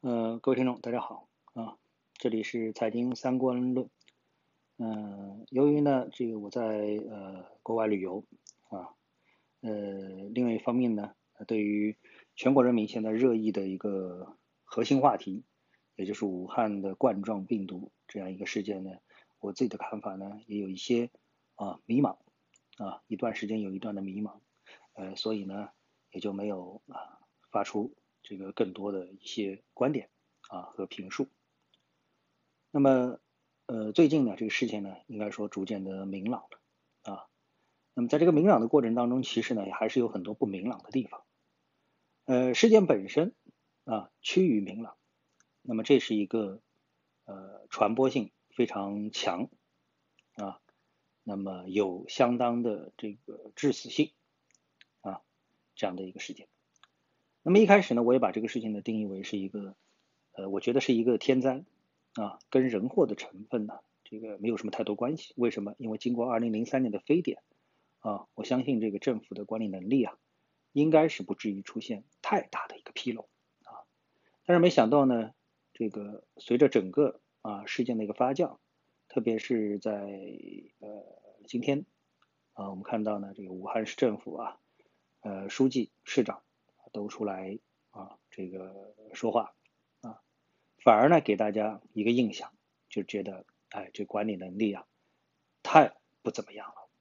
各位听众，大家好啊，这里是财经三观论。由于呢，这个我在国外旅游啊，另外一方面呢，对于全国人民现在热议的一个核心话题，也就是武汉的冠状病毒这样一个事件呢，我自己的看法呢也有一些迷茫一段时间有一段的迷茫，所以呢也就没有发出这个更多的一些观点和评述。那么最近呢这个事情呢应该说逐渐的明朗了那么在这个明朗的过程当中，其实呢也还是有很多不明朗的地方。事件本身趋于明朗，那么这是一个传播性非常强那么有相当的这个致死性这样的一个事件。那么一开始呢，我也把这个事情呢定义为是一个我觉得是一个天灾跟人祸的成分呢，这个没有什么太多关系。为什么？因为经过2003年的非典我相信这个政府的管理能力应该是不至于出现太大的一个纰漏但是没想到呢，这个随着整个事件的一个发酵，特别是在今天我们看到呢，这个武汉市政府书记、市长都出来这个说话反而呢给大家一个印象，就觉得这管理能力太不怎么样了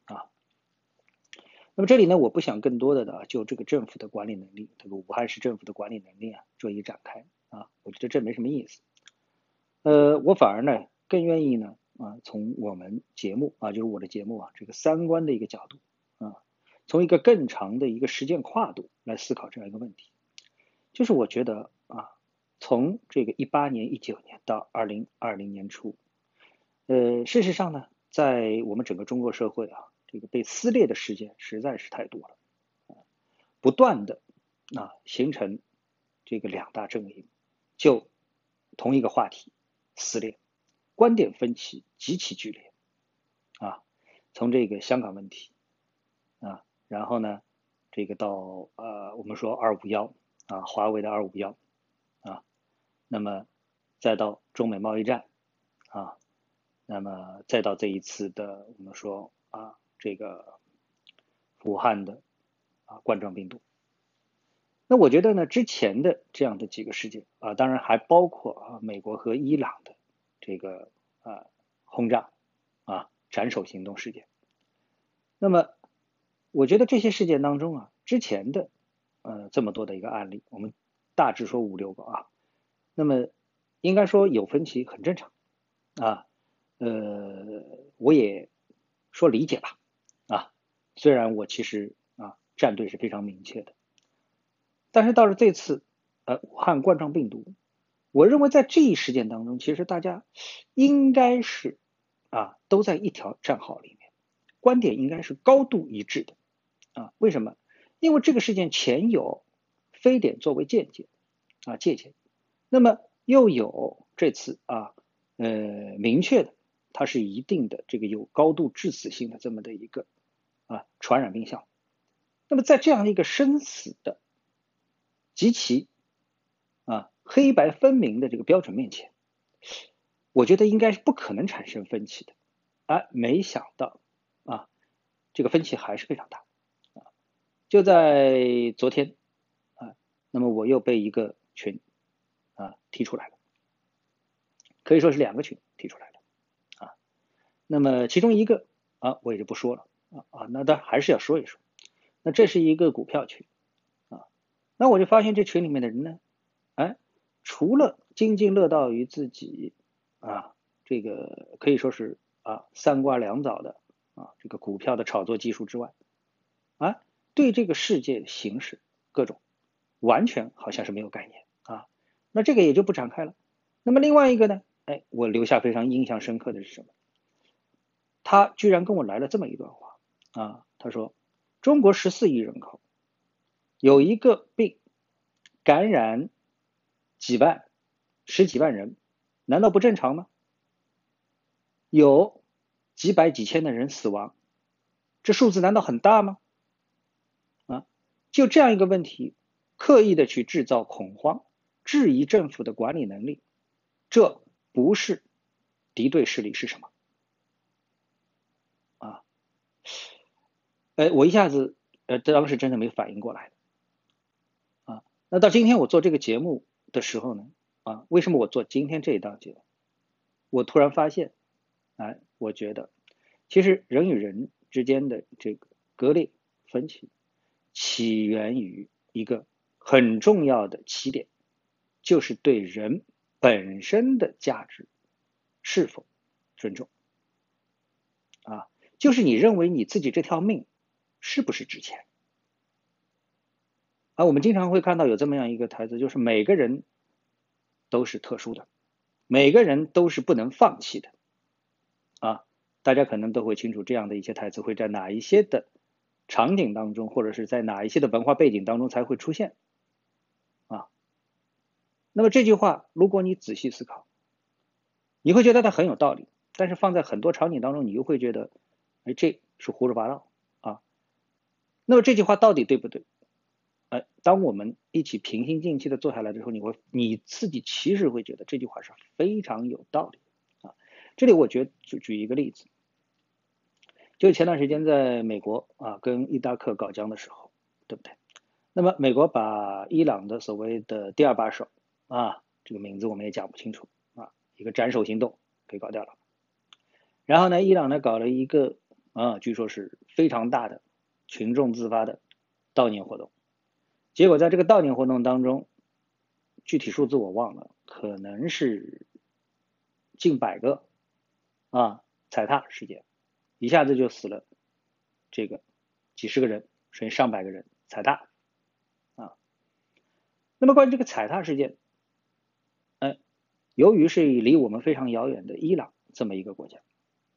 那么这里呢，我不想更多的就这个政府的管理能力，这个武汉市政府的管理能力做一展开我觉得这没什么意思。我反而呢更愿意呢从我们节目就是我的节目这个三观的一个角度从一个更长的一个时间跨度来思考这样一个问题，就是我觉得从这个18年、19年到2020年初，事实上呢，在我们整个中国社会这个被撕裂的事件实在是太多了，不断的形成这个两大阵营，就同一个话题撕裂，观点分歧极其剧烈从这个香港问题然后呢，这个到我们说251华为的251那么再到中美贸易战那么再到这一次的我们说这个武汉的冠状病毒。那我觉得呢，之前的这样的几个事件当然还包括美国和伊朗的这个轰炸斩首行动事件。那么我觉得这些事件当中之前的这么多的一个案例，我们大致说5、6个那么应该说有分歧很正常啊，我也说理解吧虽然我其实站队是非常明确的，但是到了这次武汉冠状病毒，我认为在这一事件当中，其实大家应该是都在一条战壕里面，观点应该是高度一致的为什么？因为这个事件前有非典作为借鉴，那么又有这次明确的，它是一定的这个有高度致死性的这么的一个传染病项。那么在这样一个生死的极其黑白分明的这个标准面前，我觉得应该是不可能产生分歧的没想到这个分歧还是非常大就在昨天那么我又被一个群踢出来了，可以说是2个群踢出来了那么其中一个我也就不说了那当然还是要说一说。那这是一个股票群那我就发现这群里面的人呢除了津津乐道于自己这个可以说是三瓜两枣的这个股票的炒作技术之外对这个世界形势各种完全好像是没有概念那这个也就不展开了。那么另外一个呢我留下非常印象深刻的是什么？他居然跟我来了这么一段话他说中国14亿人口有一个病感染几万十几万人，难道不正常吗？有几百几千的人死亡，这数字难道很大吗？就这样一个问题刻意的去制造恐慌， 质疑政府的管理能力，这不是敌对势力是什么？啊，我一下子当时真的没反应过来啊。那到今天我做这个节目的时候呢，为什么我做今天这一档节目？我突然发现，我觉得其实人与人之间的这个割裂分歧，起源于一个很重要的起点，就是对人本身的价值是否尊重就是你认为你自己这条命是不是值钱我们经常会看到有这么样一个台词，就是每个人都是特殊的，每个人都是不能放弃的大家可能都会清楚这样的一些台词会在哪一些的场景当中，或者是在哪一些的文化背景当中才会出现那么这句话如果你仔细思考，你会觉得它很有道理，但是放在很多场景当中，你又会觉得这是胡说八道那么这句话到底对不对当我们一起平心静气的坐下来之后，你自己其实会觉得这句话是非常有道理这里我举一个例子，就前段时间在美国跟伊拉克搞僵的时候，对不对？那么美国把伊朗的所谓的第二把手这个名字我们也讲不清楚一个斩首行动给搞掉了。然后呢，伊朗呢搞了一个据说是非常大的群众自发的悼念活动，结果在这个悼念活动当中，具体数字我忘了，可能是近100个踩踏事件，一下子就死了这个几十个人，甚至上百个人踩踏那么关于这个踩踏事件，由于是离我们非常遥远的伊朗这么一个国家，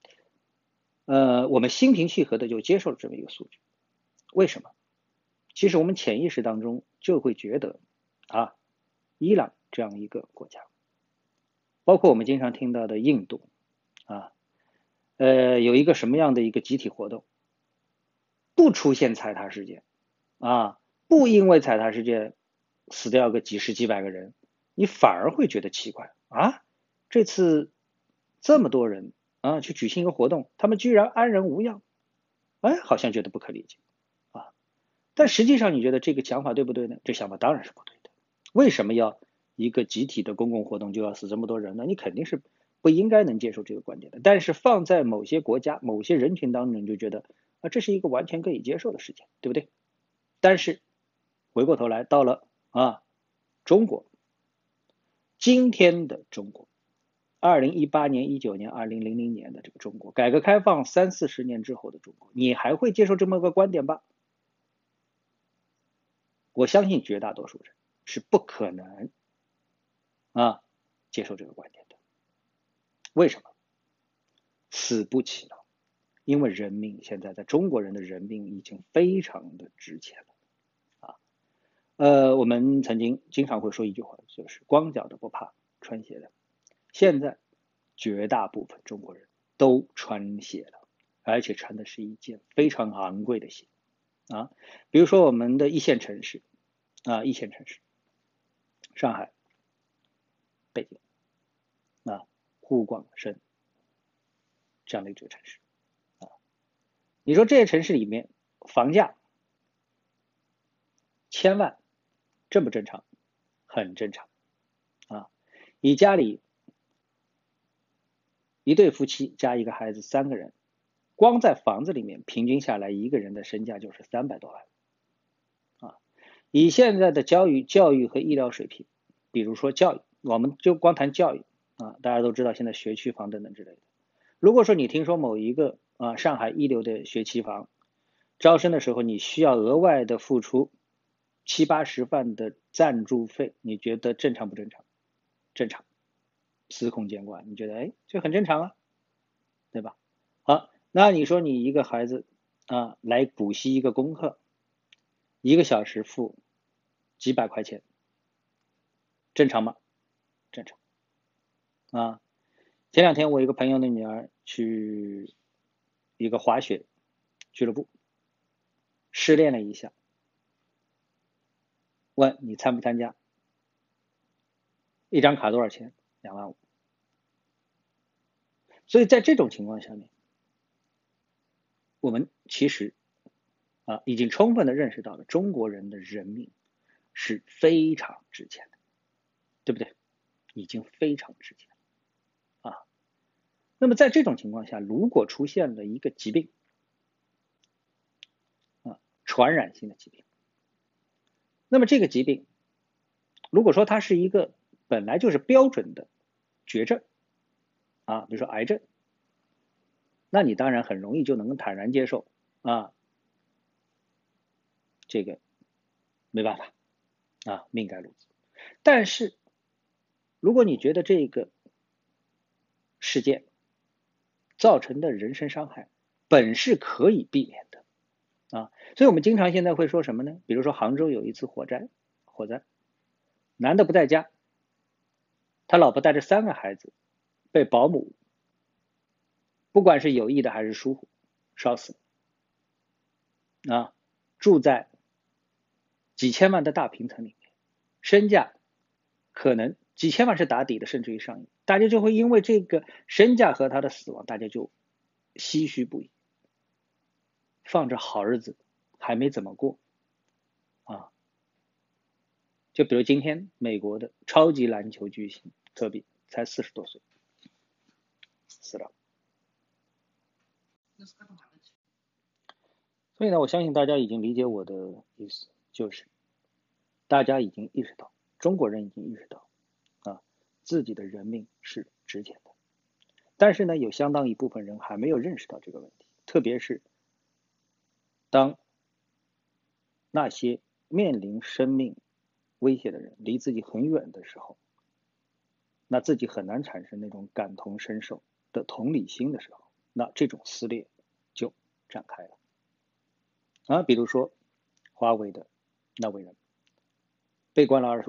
我们心平气和的就接受了这么一个数据。为什么？其实我们潜意识当中就会觉得伊朗这样一个国家，包括我们经常听到的印度有一个什么样的一个集体活动，不出现踩踏事件不因为踩踏事件死掉个几十几百个人，你反而会觉得奇怪这次这么多人去举行一个活动，他们居然安然无恙，好像觉得不可理解但实际上你觉得这个想法对不对呢？这想法当然是不对的。为什么要一个集体的公共活动就要死这么多人呢？你肯定是不应该能接受这个观点的。但是放在某些国家、某些人群当中，你就觉得这是一个完全可以接受的事情，对不对？但是回过头来到了中国，今天的中国，2018年、19年、2000年的这个中国，改革开放30-40年之后的中国，你还会接受这么个观点吧？我相信绝大多数人是不可能接受这个观点的。为什么？死不起了，因为人命现在中国人的人命已经非常的值钱了我们曾经经常会说一句话，就是光脚的不怕穿鞋的。现在绝大部分中国人都穿鞋了，而且穿的是一件非常昂贵的鞋比如说我们的一线城市上海、北京沪广深这样的一个城市你说这些城市里面房价1000万正不正常？很正常你家里一对夫妻加一个孩子3个人，光在房子里面平均下来一个人的身价就是300多万以现在的教育和医疗水平，比如说教育，我们就光谈教育大家都知道现在学区房等等之类的。如果说你听说某一个上海一流的学区房招生的时候，你需要额外的付出70-80万的赞助费，你觉得正常不正常？正常，司空见惯，你觉得这很正常对吧？好，那你说你一个孩子来补习一个功课，1个小时付几百块钱，正常吗？正常前2天我一个朋友的女儿去一个滑雪俱乐部失恋了一下，问你参不参加一张卡多少钱？2.5万。所以在这种情况下面，我们其实已经充分的认识到了中国人的人命是非常值钱的，对不对？已经非常值钱啊。那么在这种情况下，如果出现了一个疾病传染性的疾病，那么这个疾病如果说它是一个本来就是标准的绝症比如说癌症，那你当然很容易就能够坦然接受这个没办法命该如此。但是如果你觉得这个事件造成的人身伤害本是可以避免的所以我们经常现在会说什么呢？比如说杭州有一次火灾，男的不在家，他老婆带着3个孩子被保姆不管是有意的还是疏忽烧死住在几千万的大平层里面，身价可能几千万是打底的，甚至于上亿，大家就会因为这个身价和他的死亡，大家就唏嘘不已，放着好日子还没怎么过就比如今天美国的超级篮球巨星科比才40多岁死了。所以呢，我相信大家已经理解我的意思，就是大家已经意识到，中国人已经意识到自己的人命是值钱的。但是呢，有相当一部分人还没有认识到这个问题，特别是当那些面临生命威胁的人离自己很远的时候，那自己很难产生那种感同身受的同理心的时候，那这种撕裂就展开了比如说华为的那位人被关了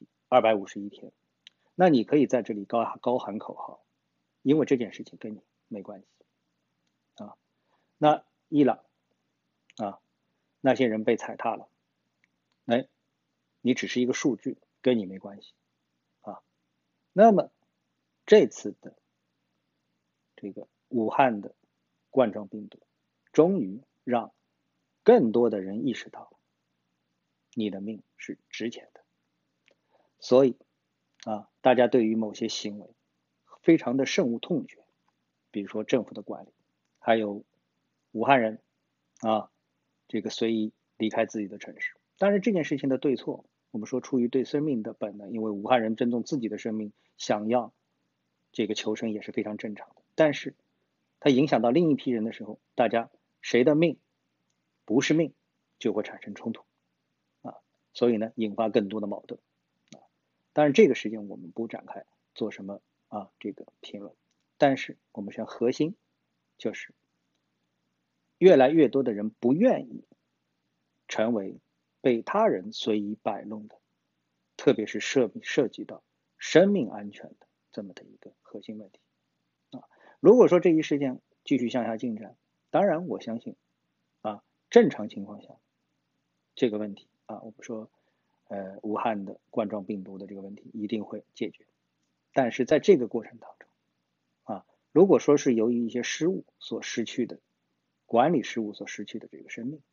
251天，那你可以在这里高喊口号，因为这件事情跟你没关系那伊朗那些人被踩踏了，你只是一个数据，跟你没关系那么这次的这个武汉的冠状病毒，终于让更多的人意识到你的命是值钱的。所以大家对于某些行为非常的深恶痛绝，比如说政府的管理，还有武汉人这个随意离开自己的城市。当然这件事情的对错，我们说出于对生命的本能，因为武汉人尊重自己的生命，想要这个求生也是非常正常的。但是它影响到另一批人的时候，大家谁的命不是命，就会产生冲突所以呢，引发更多的矛盾当然这个事情我们不展开做什么这个评论，但是我们想核心就是越来越多的人不愿意成为被他人随意摆弄的，特别是涉及到生命安全的这么的一个核心问题如果说这一事件继续向下进展，当然我相信正常情况下这个问题我们说武汉的冠状病毒的这个问题一定会解决。但是在这个过程当中如果说是由于一些失误所失去的管理失误所失去的这个生命，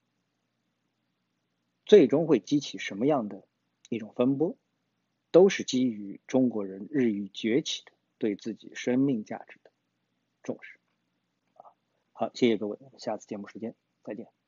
最终会激起什么样的一种风波，都是基于中国人日益崛起的对自己生命价值的重视好，谢谢各位，下次节目时间再见。